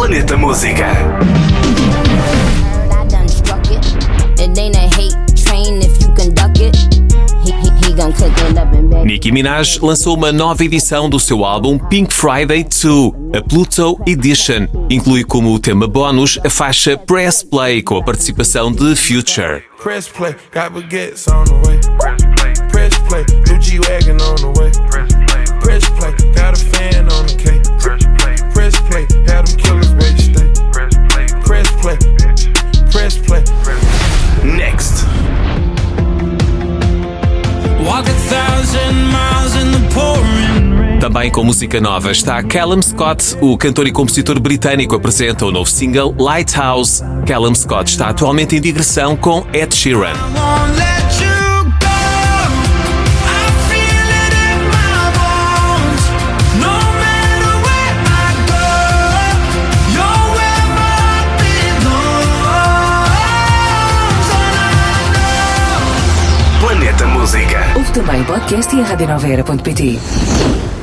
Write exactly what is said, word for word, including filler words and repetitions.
Planeta Música. Nicki Minaj lançou uma nova edição do seu álbum Pink Friday dois, a Pluto Edition. Inclui como tema bónus a faixa Press Play, com a participação de Future. Press play, got baguettes on the way. Press play, new G-Wagon on the way. Press play, got a fan on the cake. Press play, had them killers ready to stay. Press play, press play. Next. Walk a thousand miles in the pouring rain. Também com música nova está Callum Scott. O cantor e compositor britânico apresenta o novo single Lighthouse. Callum Scott está atualmente em digressão com Ed Sheeran. Ouve também o podcast e a rádio nova era ponto pt.